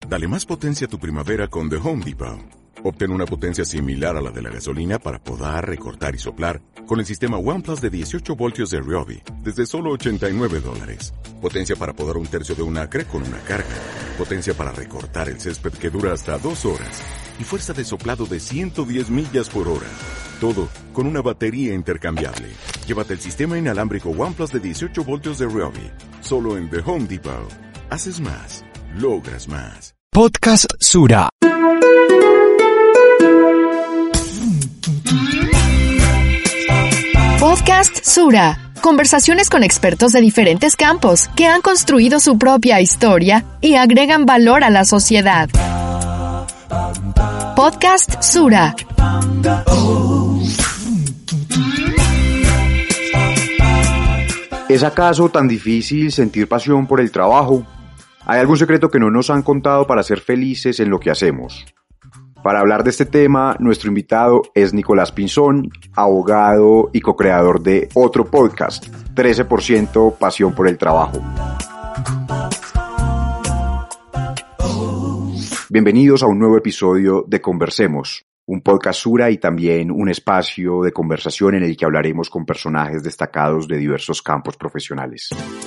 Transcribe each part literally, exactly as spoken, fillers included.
Dale más potencia a tu primavera con The Home Depot. Obtén una potencia similar a la de la gasolina para podar, recortar y soplar con el sistema OnePlus de dieciocho voltios de Ryobi desde solo ochenta y nueve dólares. Potencia para podar un tercio de un acre con una carga. Potencia para recortar el césped que dura hasta dos horas. Y fuerza de soplado de ciento diez millas por hora. Todo con una batería intercambiable. Llévate el sistema inalámbrico OnePlus de dieciocho voltios de Ryobi. Solo en The Home Depot. Haces más. Logras más. Podcast Sura. Podcast Sura. Conversaciones con expertos de diferentes campos que han construido su propia historia y agregan valor a la sociedad. Podcast Sura. ¿Es acaso tan difícil sentir pasión por el trabajo? ¿Hay algún secreto que no nos han contado para ser felices en lo que hacemos? Para hablar de este tema, nuestro invitado es Nicolás Pinzón, abogado y co-creador de otro podcast, trece por ciento Pasión por el Trabajo. Bienvenidos a un nuevo episodio de Conversemos, un podcast Sura y también un espacio de conversación en el que hablaremos con personajes destacados de diversos campos profesionales.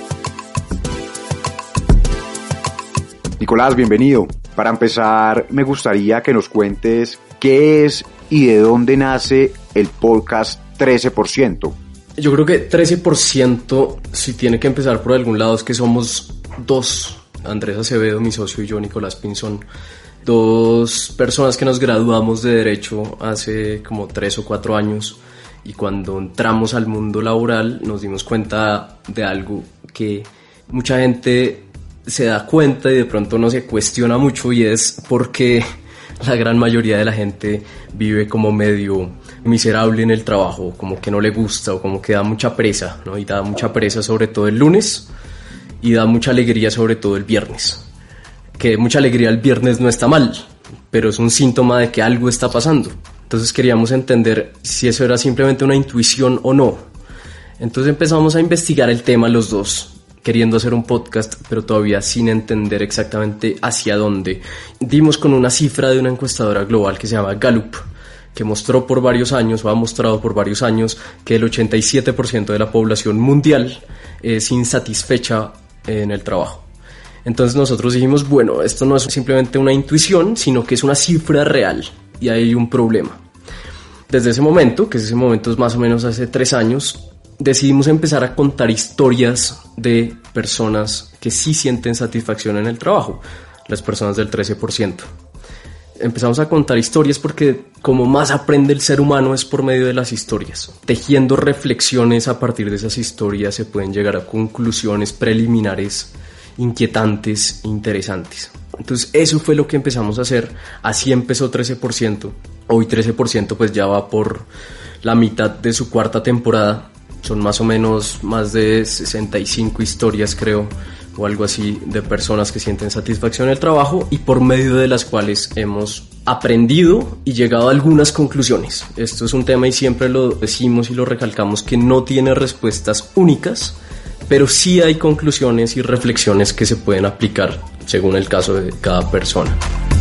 Nicolás, bienvenido. Para empezar, me gustaría que nos cuentes qué es y de dónde nace el podcast trece por ciento. Yo creo que trece por ciento, si tiene que empezar por algún lado, es que somos dos, Andrés Acevedo, mi socio, y yo, Nicolás Pinzón, dos personas que nos graduamos de Derecho hace como tres o cuatro años, y cuando entramos al mundo laboral nos dimos cuenta de algo que mucha gente se da cuenta y de pronto no se cuestiona mucho, y es porque la gran mayoría de la gente vive como medio miserable en el trabajo, como que no le gusta o como que da mucha pereza, ¿no? Y da mucha pereza sobre todo el lunes y da mucha alegría sobre todo el viernes. Que mucha alegría el viernes no está mal, pero es un síntoma de que algo está pasando. Entonces queríamos entender si eso era simplemente una intuición o no. Entonces empezamos a investigar el tema los dos, queriendo hacer un podcast, pero todavía sin entender exactamente hacia dónde. Dimos con una cifra de una encuestadora global que se llama Gallup, que mostró por varios años, o ha mostrado por varios años, que el ochenta y siete por ciento de la población mundial es insatisfecha en el trabajo. Entonces nosotros dijimos, bueno, esto no es simplemente una intuición, sino que es una cifra real, y hay un problema. Desde ese momento, que ese momento es más o menos hace tres años, decidimos empezar a contar historias de personas que sí sienten satisfacción en el trabajo, las personas del trece por ciento. Empezamos a contar historias porque como más aprende el ser humano es por medio de las historias. Tejiendo reflexiones a partir de esas historias se pueden llegar a conclusiones preliminares inquietantes, interesantes. Entonces eso fue lo que empezamos a hacer, así empezó trece por ciento. Hoy trece por ciento pues ya va por la mitad de su cuarta temporada. Son más o menos más de sesenta y cinco historias, creo, o algo así, de personas que sienten satisfacción en el trabajo y por medio de las cuales hemos aprendido y llegado a algunas conclusiones. Esto es un tema y siempre lo decimos y lo recalcamos, que no tiene respuestas únicas, pero sí hay conclusiones y reflexiones que se pueden aplicar según el caso de cada persona.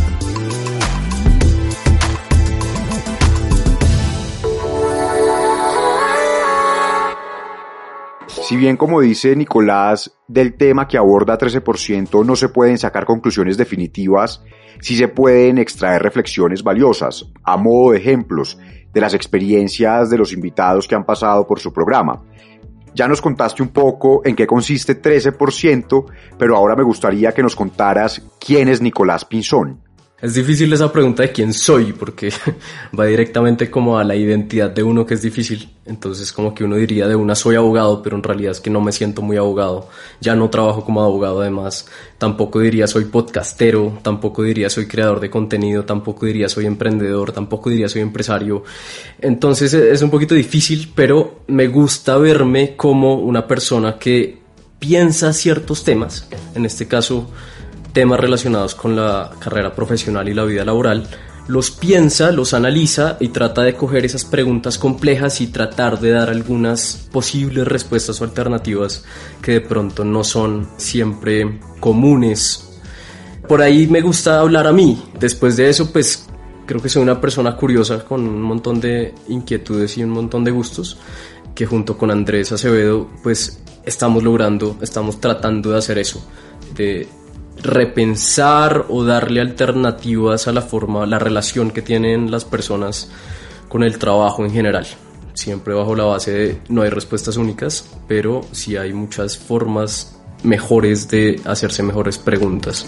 Si bien, como dice Nicolás, del tema que aborda trece por ciento no se pueden sacar conclusiones definitivas, sí se pueden extraer reflexiones valiosas, a modo de ejemplos de las experiencias de los invitados que han pasado por su programa. Ya nos contaste un poco en qué consiste trece por ciento, pero ahora me gustaría que nos contaras quién es Nicolás Pinzón. Es difícil esa pregunta de quién soy, porque va directamente como a la identidad de uno, que es difícil. Entonces como que uno diría de una soy abogado, pero en realidad es que no me siento muy abogado. Ya no trabajo como abogado además. Tampoco diría soy podcastero, tampoco diría soy creador de contenido, tampoco diría soy emprendedor, tampoco diría soy empresario. Entonces es un poquito difícil, pero me gusta verme como una persona que piensa ciertos temas. En este caso, temas relacionados con la carrera profesional y la vida laboral, los piensa, los analiza y trata de coger esas preguntas complejas y tratar de dar algunas posibles respuestas o alternativas que de pronto no son siempre comunes Por ahí me gusta hablar a mí. Después de eso, pues creo que soy una persona curiosa con un montón de inquietudes y un montón de gustos que junto con Andrés Acevedo pues estamos logrando, estamos tratando de hacer eso, de repensar o darle alternativas a la forma, la relación que tienen las personas con el trabajo en general. Siempre bajo la base de no hay respuestas únicas, pero sí hay muchas formas mejores de hacerse mejores preguntas.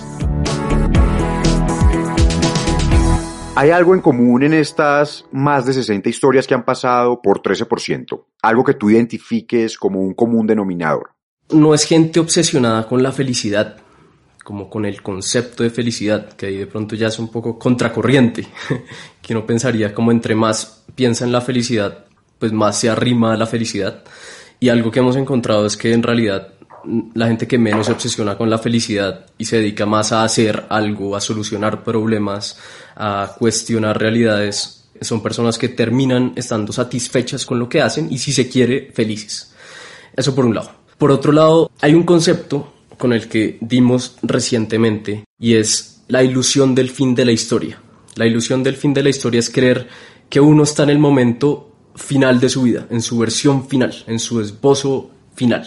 ¿Hay algo en común en estas más de sesenta historias que han pasado por trece por ciento? Algo que tú identifiques como un común denominador. No es gente obsesionada con la felicidad, como con el concepto de felicidad, que ahí de pronto ya es un poco contracorriente, que uno pensaría como entre más piensa en la felicidad, pues más se arrima a la felicidad. Y algo que hemos encontrado es que en realidad la gente que menos se obsesiona con la felicidad y se dedica más a hacer algo, a solucionar problemas, a cuestionar realidades, son personas que terminan estando satisfechas con lo que hacen y, si se quiere, felices. Eso por un lado. Por otro lado, hay un concepto con el que dimos recientemente y es la ilusión del fin de la historia. La ilusión del fin de la historia es creer que uno está en el momento final de su vida, en su versión final, en su esbozo final.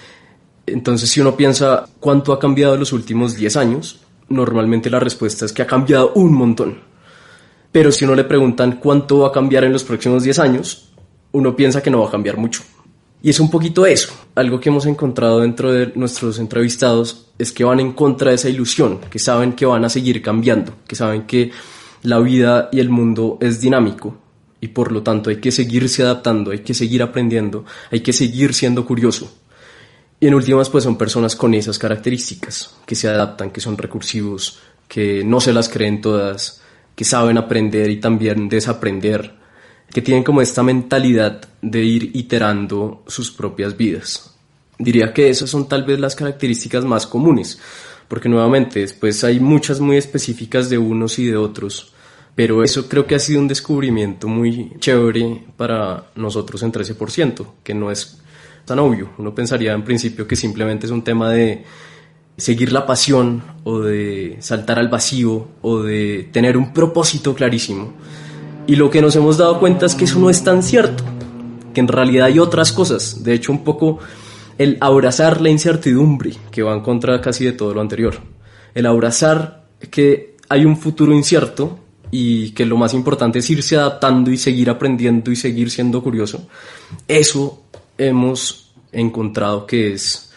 Entonces, si uno piensa cuánto ha cambiado en los últimos diez años, normalmente la respuesta es que ha cambiado un montón. Pero si uno le preguntan cuánto va a cambiar en los próximos diez años, uno piensa que no va a cambiar mucho. Y es un poquito eso. Algo que hemos encontrado dentro de nuestros entrevistados es que van en contra de esa ilusión, que saben que van a seguir cambiando, que saben que la vida y el mundo es dinámico y por lo tanto hay que seguirse adaptando, hay que seguir aprendiendo, hay que seguir siendo curioso. Y en últimas, pues son personas con esas características, que se adaptan, que son recursivos, que no se las creen todas, que saben aprender y también desaprender, que tienen como esta mentalidad de ir iterando sus propias vidas. Diría que esas son tal vez las características más comunes, porque nuevamente después hay muchas muy específicas de unos y de otros, pero eso creo que ha sido un descubrimiento muy chévere para nosotros en trece por ciento, que no es tan obvio. Uno pensaría en principio que simplemente es un tema de seguir la pasión o de saltar al vacío o de tener un propósito clarísimo. Y lo que nos hemos dado cuenta es que eso no es tan cierto, que en realidad hay otras cosas. De hecho, un poco el abrazar la incertidumbre, que va en contra casi de todo lo anterior. El abrazar que hay un futuro incierto y que lo más importante es irse adaptando y seguir aprendiendo y seguir siendo curioso. Eso hemos encontrado que es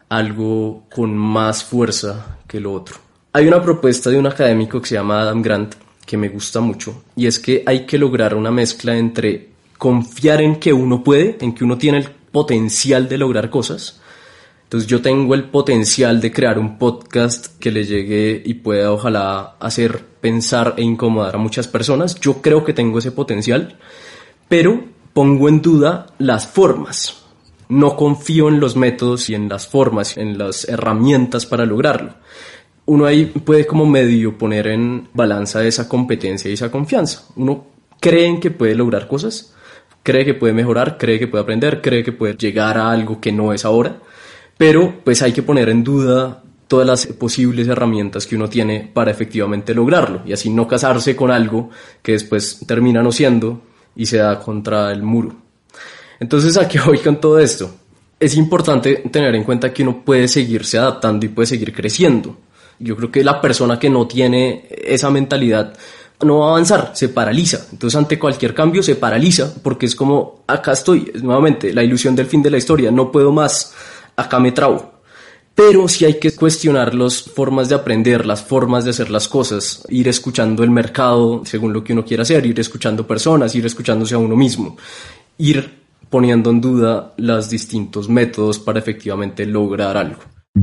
algo con más fuerza que lo otro. Hay una propuesta de un académico que se llama Adam Grant que me gusta mucho, y es que hay que lograr una mezcla entre confiar en que uno puede, en que uno tiene el potencial de lograr cosas. Entonces yo tengo el potencial de crear un podcast que le llegue y pueda ojalá hacer pensar e incomodar a muchas personas. Yo creo que tengo ese potencial, pero pongo en duda las formas. No confío en los métodos y en las formas, en las herramientas para lograrlo. Uno ahí puede como medio poner en balanza esa competencia y esa confianza. Uno cree en que puede lograr cosas, cree que puede mejorar, cree que puede aprender, cree que puede llegar a algo que no es ahora, pero pues hay que poner en duda todas las posibles herramientas que uno tiene para efectivamente lograrlo y así no casarse con algo que después termina no siendo y se da contra el muro. Entonces, ¿a qué voy con todo esto? Es importante tener en cuenta que uno puede seguirse adaptando y puede seguir creciendo. Yo creo que la persona que no tiene esa mentalidad no va a avanzar, se paraliza. Entonces, ante cualquier cambio se paraliza porque es como, acá estoy, nuevamente, la ilusión del fin de la historia, no puedo más, acá me trabo. Pero sí hay que cuestionar las formas de aprender, las formas de hacer las cosas, ir escuchando el mercado según lo que uno quiera hacer, ir escuchando personas, ir escuchándose a uno mismo, ir poniendo en duda los distintos métodos para efectivamente lograr algo.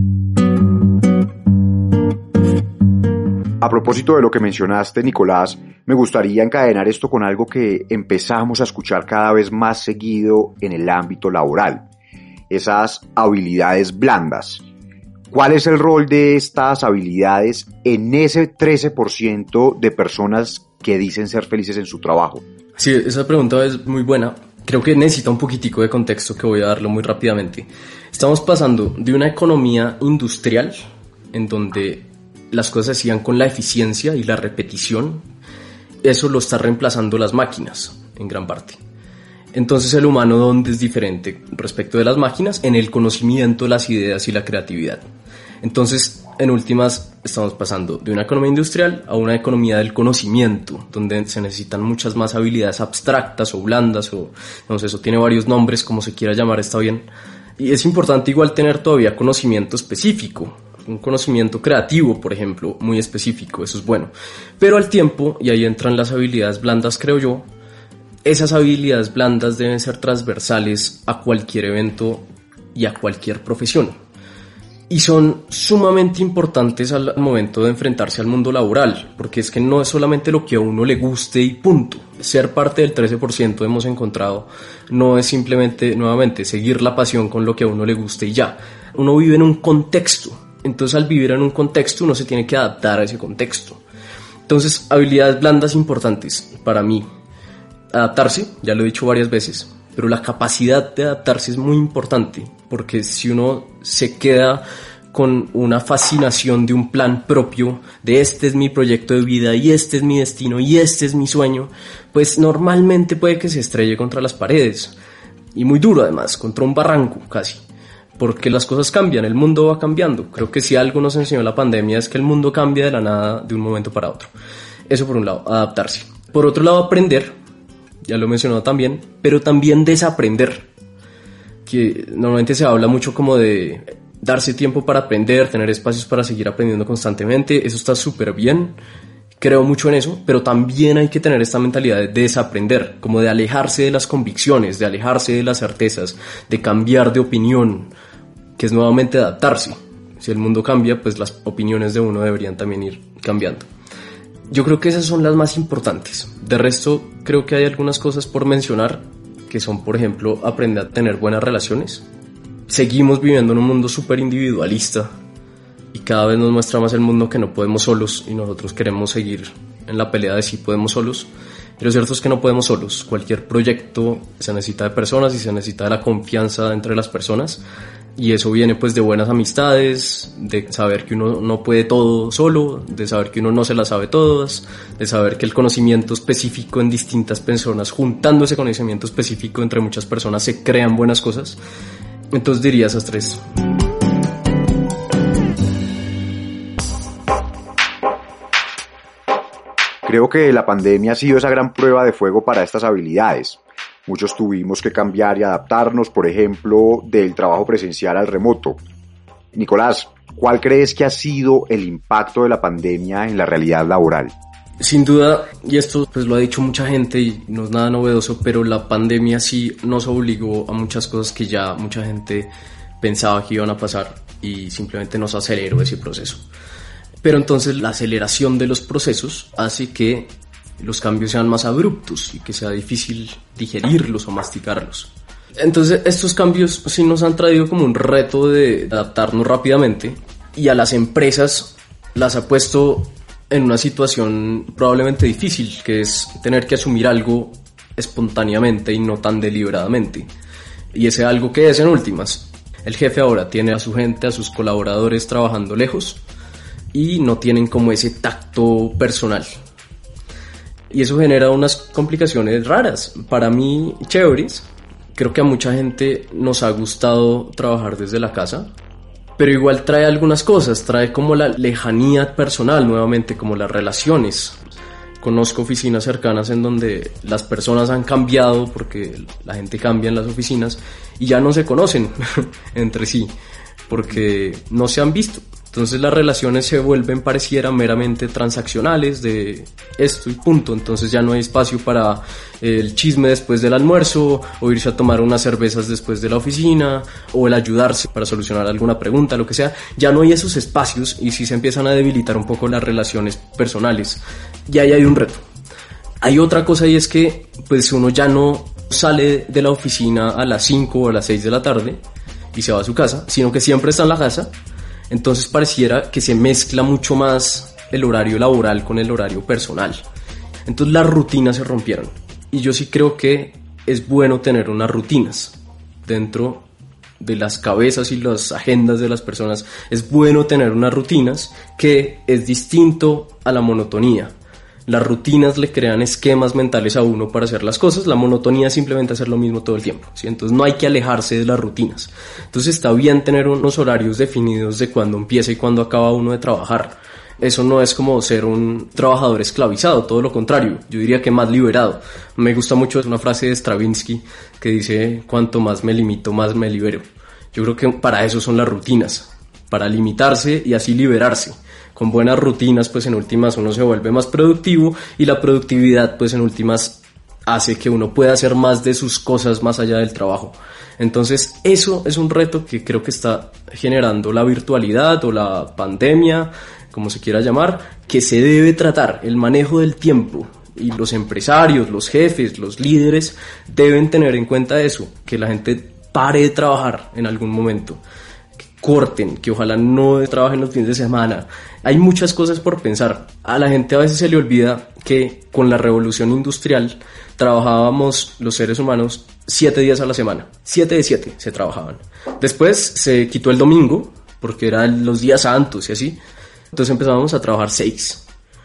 A propósito de lo que mencionaste, Nicolás, me gustaría encadenar esto con algo que empezamos a escuchar cada vez más seguido en el ámbito laboral, esas habilidades blandas. ¿Cuál es el rol de estas habilidades en ese trece por ciento de personas que dicen ser felices en su trabajo? Sí, esa pregunta es muy buena. Creo que necesita un poquitico de contexto que voy a darlo muy rápidamente. Estamos pasando de una economía industrial en donde las cosas se hacían con la eficiencia y la repetición, eso lo está reemplazando las máquinas en gran parte. Entonces el humano, ¿dónde es diferente respecto de las máquinas? En el conocimiento, las ideas y la creatividad. Entonces, en últimas, estamos pasando de una economía industrial a una economía del conocimiento, donde se necesitan muchas más habilidades abstractas o blandas, o no sé, eso tiene varios nombres, como se quiera llamar, está bien. Y es importante igual tener todavía conocimiento específico, un conocimiento creativo, por ejemplo, muy específico, eso es bueno. Pero al tiempo, y ahí entran las habilidades blandas, creo yo, esas habilidades blandas deben ser transversales a cualquier evento y a cualquier profesión. Y son sumamente importantes al momento de enfrentarse al mundo laboral, porque es que no es solamente lo que a uno le guste y punto. Ser parte del trece por ciento hemos encontrado, no es simplemente, nuevamente, seguir la pasión con lo que a uno le guste y ya. Uno vive en un contexto, entonces al vivir en un contexto uno se tiene que adaptar a ese contexto. Entonces, habilidades blandas importantes para mí. Adaptarse, ya lo he dicho varias veces, pero la capacidad de adaptarse es muy importante, porque si uno se queda con una fascinación de un plan propio, de este es mi proyecto de vida y este es mi destino y este es mi sueño, pues normalmente puede que se estrelle contra las paredes, y muy duro además, contra un barranco casi, porque las cosas cambian, el mundo va cambiando. Creo que si algo nos enseñó la pandemia es que el mundo cambia de la nada de un momento para otro. Eso por un lado, adaptarse. Por otro lado, aprender. Ya lo he mencionado también, pero también desaprender, que normalmente se habla mucho como de darse tiempo para aprender, tener espacios para seguir aprendiendo constantemente, eso está súper bien, creo mucho en eso, pero también hay que tener esta mentalidad de desaprender, como de alejarse de las convicciones, de alejarse de las certezas, de cambiar de opinión, que es nuevamente adaptarse. Si el mundo cambia, pues las opiniones de uno deberían también ir cambiando. Yo creo que esas son las más importantes. De resto, creo que hay algunas cosas por mencionar, que son, por ejemplo, aprender a tener buenas relaciones. Seguimos viviendo en un mundo súper individualista y cada vez nos muestra más el mundo que no podemos solos y nosotros queremos seguir en la pelea de si podemos solos. Y lo cierto es que no podemos solos. Cualquier proyecto se necesita de personas y se necesita de la confianza entre las personas. Y eso viene pues de buenas amistades, de saber que uno no puede todo solo, de saber que uno no se las sabe todas, de saber que el conocimiento específico en distintas personas, juntando ese conocimiento específico entre muchas personas, se crean buenas cosas. Entonces diría esas tres. Creo que la pandemia ha sido esa gran prueba de fuego para estas habilidades. Muchos tuvimos que cambiar y adaptarnos, por ejemplo, del trabajo presencial al remoto. Nicolás, ¿cuál crees que ha sido el impacto de la pandemia en la realidad laboral? Sin duda, y esto pues lo ha dicho mucha gente y no es nada novedoso, pero la pandemia sí nos obligó a muchas cosas que ya mucha gente pensaba que iban a pasar y simplemente nos aceleró ese proceso. Pero entonces la aceleración de los procesos hace que los cambios sean más abruptos y que sea difícil digerirlos o masticarlos. Entonces estos cambios sí nos han traído como un reto de adaptarnos rápidamente y a las empresas las ha puesto en una situación probablemente difícil, que es tener que asumir algo espontáneamente y no tan deliberadamente. Y ese algo que es en últimas. El jefe ahora tiene a su gente, a sus colaboradores trabajando lejos y no tienen como ese tacto personal. Y eso genera unas complicaciones raras, para mí chéveres. Creo que a mucha gente nos ha gustado trabajar desde la casa, pero igual trae algunas cosas, trae como la lejanía personal nuevamente, como las relaciones. Conozco oficinas cercanas en donde las personas han cambiado porque la gente cambia en las oficinas y ya no se conocen entre sí porque no se han visto. Entonces las relaciones se vuelven, pareciera, meramente transaccionales de esto y punto. Entonces ya no hay espacio para el chisme después del almuerzo, o irse a tomar unas cervezas después de la oficina, o el ayudarse para solucionar alguna pregunta, lo que sea. Ya no hay esos espacios y sí se empiezan a debilitar un poco las relaciones personales. Y ahí hay un reto. Hay otra cosa, y es que pues uno ya no sale de la oficina a las cinco o a las seis de la tarde y se va a su casa, sino que siempre está en la casa. Entonces pareciera que se mezcla mucho más el horario laboral con el horario personal. Entonces las rutinas se rompieron. Y yo sí creo que es bueno tener unas rutinas dentro de las cabezas y las agendas de las personas, es bueno tener unas rutinas, que es distinto a la monotonía. Las rutinas le crean esquemas mentales a uno para hacer las cosas, la monotonía es simplemente hacer lo mismo todo el tiempo, ¿sí? Entonces no hay que alejarse de las rutinas. Entonces está bien tener unos horarios definidos de cuándo empieza y cuándo acaba uno de trabajar. Eso no es como ser un trabajador esclavizado, todo lo contrario, yo diría que más liberado. Me gusta mucho una frase de Stravinsky que dice: cuanto más me limito, más me libero. Yo creo que para eso son las rutinas, para limitarse y así liberarse. Con buenas rutinas, pues en últimas uno se vuelve más productivo, y la productividad, pues en últimas hace que uno pueda hacer más de sus cosas más allá del trabajo. Entonces eso es un reto que creo que está generando la virtualidad o la pandemia, como se quiera llamar, que se debe tratar, el manejo del tiempo. Y los empresarios, los jefes, los líderes deben tener en cuenta eso, que la gente pare de trabajar en algún momento, que corten, que ojalá no trabajen los fines de semana. Hay muchas cosas por pensar. A la gente a veces se le olvida que con la revolución industrial trabajábamos los seres humanos siete días a la semana. Siete de siete se trabajaban. Después se quitó el domingo, porque eran los días santos y así. Entonces empezábamos a trabajar seis.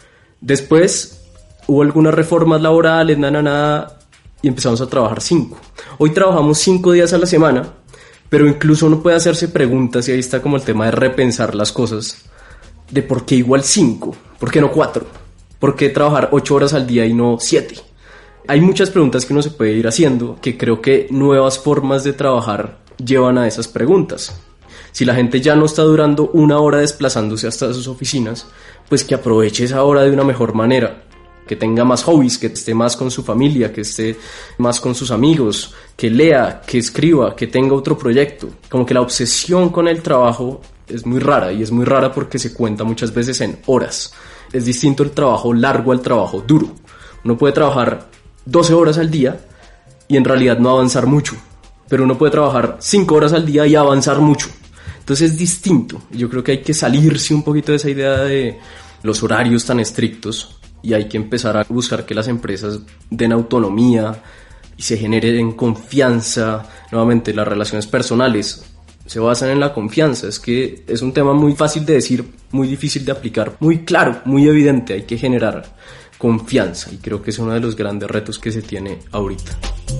Después hubo algunas reformas laborales, nada, nada, y empezamos a trabajar cinco. Hoy trabajamos cinco días a la semana, pero incluso uno puede hacerse preguntas, y ahí está como el tema de repensar las cosas, de por qué igual cinco, por qué no cuatro, por qué trabajar ocho horas al día y no siete. Hay muchas preguntas que uno se puede ir haciendo, que creo que nuevas formas de trabajar llevan a esas preguntas. Si la gente ya no está durando una hora desplazándose hasta sus oficinas, pues que aproveche esa hora de una mejor manera, que tenga más hobbies, que esté más con su familia, que esté más con sus amigos, que lea, que escriba, que tenga otro proyecto. Como que la obsesión con el trabajo es muy rara, y es muy rara porque se cuenta muchas veces en horas. Es distinto el trabajo largo al trabajo duro. Uno puede trabajar doce horas al día y en realidad no avanzar mucho, pero uno puede trabajar cinco horas al día y avanzar mucho. Entonces es distinto. Yo creo que hay que salirse un poquito de esa idea de los horarios tan estrictos, y hay que empezar a buscar que las empresas den autonomía y se genere en confianza. Nuevamente, las relaciones personales se basan en la confianza. Es que es un tema muy fácil de decir, muy difícil de aplicar, muy claro, muy evidente. Hay que generar confianza, y creo que es uno de los grandes retos que se tiene ahorita.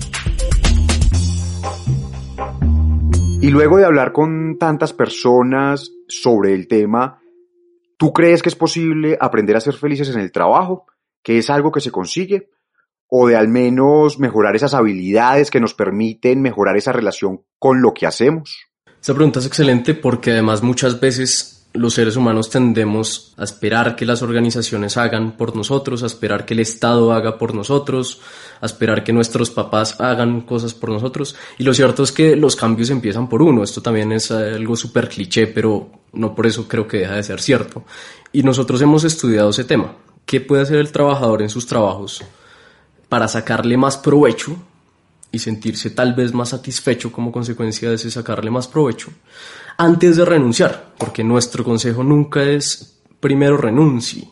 Y luego de hablar con tantas personas sobre el tema, ¿tú crees que es posible aprender a ser felices en el trabajo? ¿Que es algo que se consigue? ¿O de al menos mejorar esas habilidades que nos permiten mejorar esa relación con lo que hacemos? Esta pregunta es excelente, porque además muchas veces los seres humanos tendemos a esperar que las organizaciones hagan por nosotros, a esperar que el Estado haga por nosotros, a esperar que nuestros papás hagan cosas por nosotros. Y lo cierto es que los cambios empiezan por uno. Esto también es algo súper cliché, pero no por eso creo que deja de ser cierto. Y nosotros hemos estudiado ese tema. ¿Qué puede hacer el trabajador en sus trabajos para sacarle más provecho y sentirse tal vez más satisfecho como consecuencia de ese sacarle más provecho antes de renunciar? Porque nuestro consejo nunca es primero renuncie.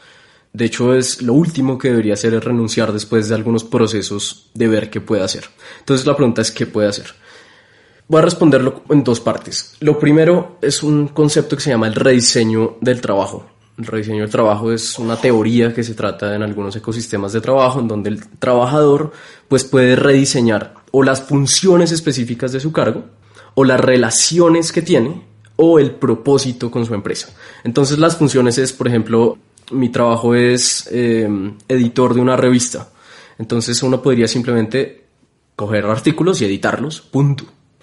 De hecho, es lo último que debería hacer, es renunciar después de algunos procesos de ver qué puede hacer. Entonces la pregunta es ¿qué puede hacer? Voy a responderlo en dos partes. Lo primero es un concepto que se llama el rediseño del trabajo. El rediseño del trabajo es una teoría que se trata en algunos ecosistemas de trabajo, en donde el trabajador pues, puede rediseñar o las funciones específicas de su cargo, o las relaciones que tiene, o el propósito con su empresa. Entonces las funciones es, por ejemplo, mi trabajo es eh, editor de una revista. Entonces uno podría simplemente coger artículos y editarlos, punto.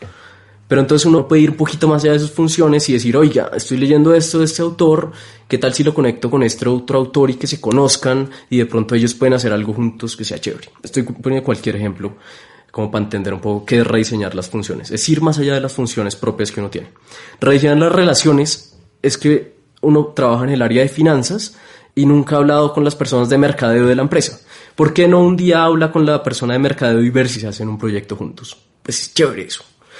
Pero entonces uno puede ir un poquito más allá de sus funciones y decir, oiga, estoy leyendo esto de este autor, ¿qué tal si lo conecto con este otro autor y que se conozcan y de pronto ellos pueden hacer algo juntos que sea chévere? Estoy poniendo cualquier ejemplo como para entender un poco qué es rediseñar las funciones. Es ir más allá de las funciones propias que uno tiene. Rediseñar las relaciones es que uno trabaja en el área de finanzas y nunca ha hablado con las personas de mercadeo de la empresa. ¿Por qué no un día habla con la persona de mercadeo y ver si se hacen un proyecto juntos? Pues es chévere eso.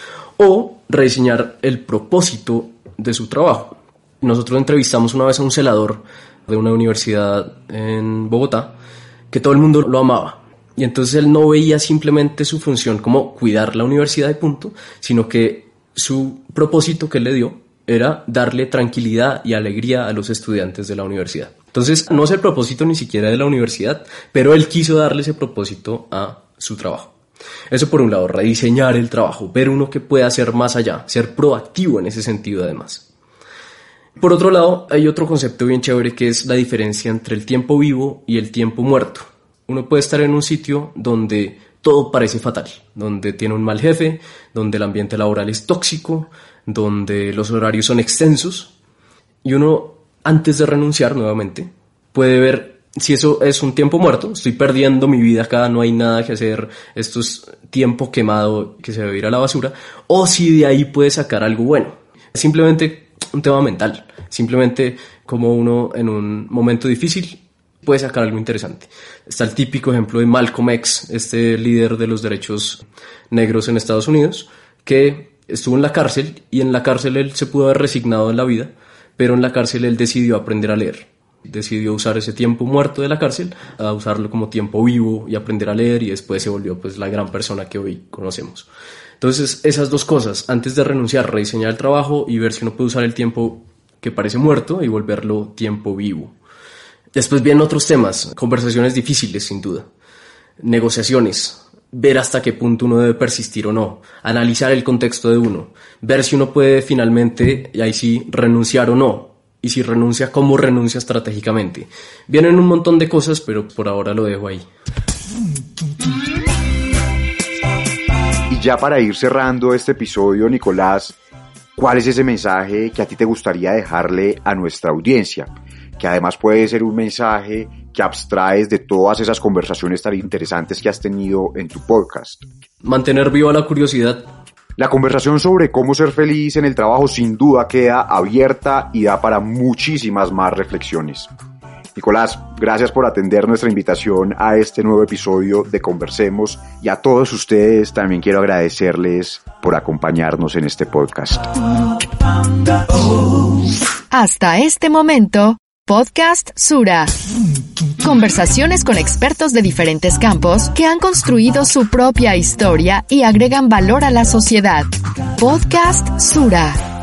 O rediseñar el propósito de su trabajo. Nosotros entrevistamos una vez a un celador de una universidad en Bogotá que todo el mundo lo amaba. Y entonces él no veía simplemente su función como cuidar la universidad y punto, sino que su propósito que él le dio era darle tranquilidad y alegría a los estudiantes de la universidad. Entonces, no es el propósito ni siquiera de la universidad, pero él quiso darle ese propósito a su trabajo. Eso por un lado, rediseñar el trabajo, ver uno que puede hacer más allá, ser proactivo en ese sentido además. Por otro lado, hay otro concepto bien chévere que es la diferencia entre el tiempo vivo y el tiempo muerto. Uno puede estar en un sitio donde todo parece fatal, donde tiene un mal jefe, donde el ambiente laboral es tóxico, donde los horarios son extensos, y uno, antes de renunciar nuevamente, puede ver si eso es un tiempo muerto, estoy perdiendo mi vida acá, no hay nada que hacer, esto es tiempo quemado que se debe ir a la basura, o si de ahí puede sacar algo bueno. Simplemente un tema mental, simplemente como uno en un momento difícil puede sacar algo interesante. Está el típico ejemplo de Malcolm X, este líder de los derechos negros en Estados Unidos, que estuvo en la cárcel y en la cárcel él se pudo haber resignado en la vida, pero en la cárcel él decidió aprender a leer. Decidió usar ese tiempo muerto de la cárcel a usarlo como tiempo vivo y aprender a leer, y después se volvió pues la gran persona que hoy conocemos. Entonces, esas dos cosas, antes de renunciar, rediseñar el trabajo y ver si uno puede usar el tiempo que parece muerto y volverlo tiempo vivo. Después vienen otros temas, conversaciones difíciles sin duda, negociaciones, ver hasta qué punto uno debe persistir o no, analizar el contexto de uno, ver si uno puede finalmente, y ahí sí, renunciar o no, y si renuncia, cómo renuncia estratégicamente. Vienen un montón de cosas, pero por ahora lo dejo ahí. Y ya para ir cerrando este episodio, Nicolás, ¿cuál es ese mensaje que a ti te gustaría dejarle a nuestra audiencia? Que además puede ser un mensaje que abstraes de todas esas conversaciones tan interesantes que has tenido en tu podcast. Mantener viva la curiosidad. La conversación sobre cómo ser feliz en el trabajo sin duda queda abierta y da para muchísimas más reflexiones. Nicolás, gracias por atender nuestra invitación a este nuevo episodio de Conversemos, y a todos ustedes también quiero agradecerles por acompañarnos en este podcast. Hasta este momento, Podcast Sura. Conversaciones con expertos de diferentes campos que han construido su propia historia y agregan valor a la sociedad. Podcast Sura.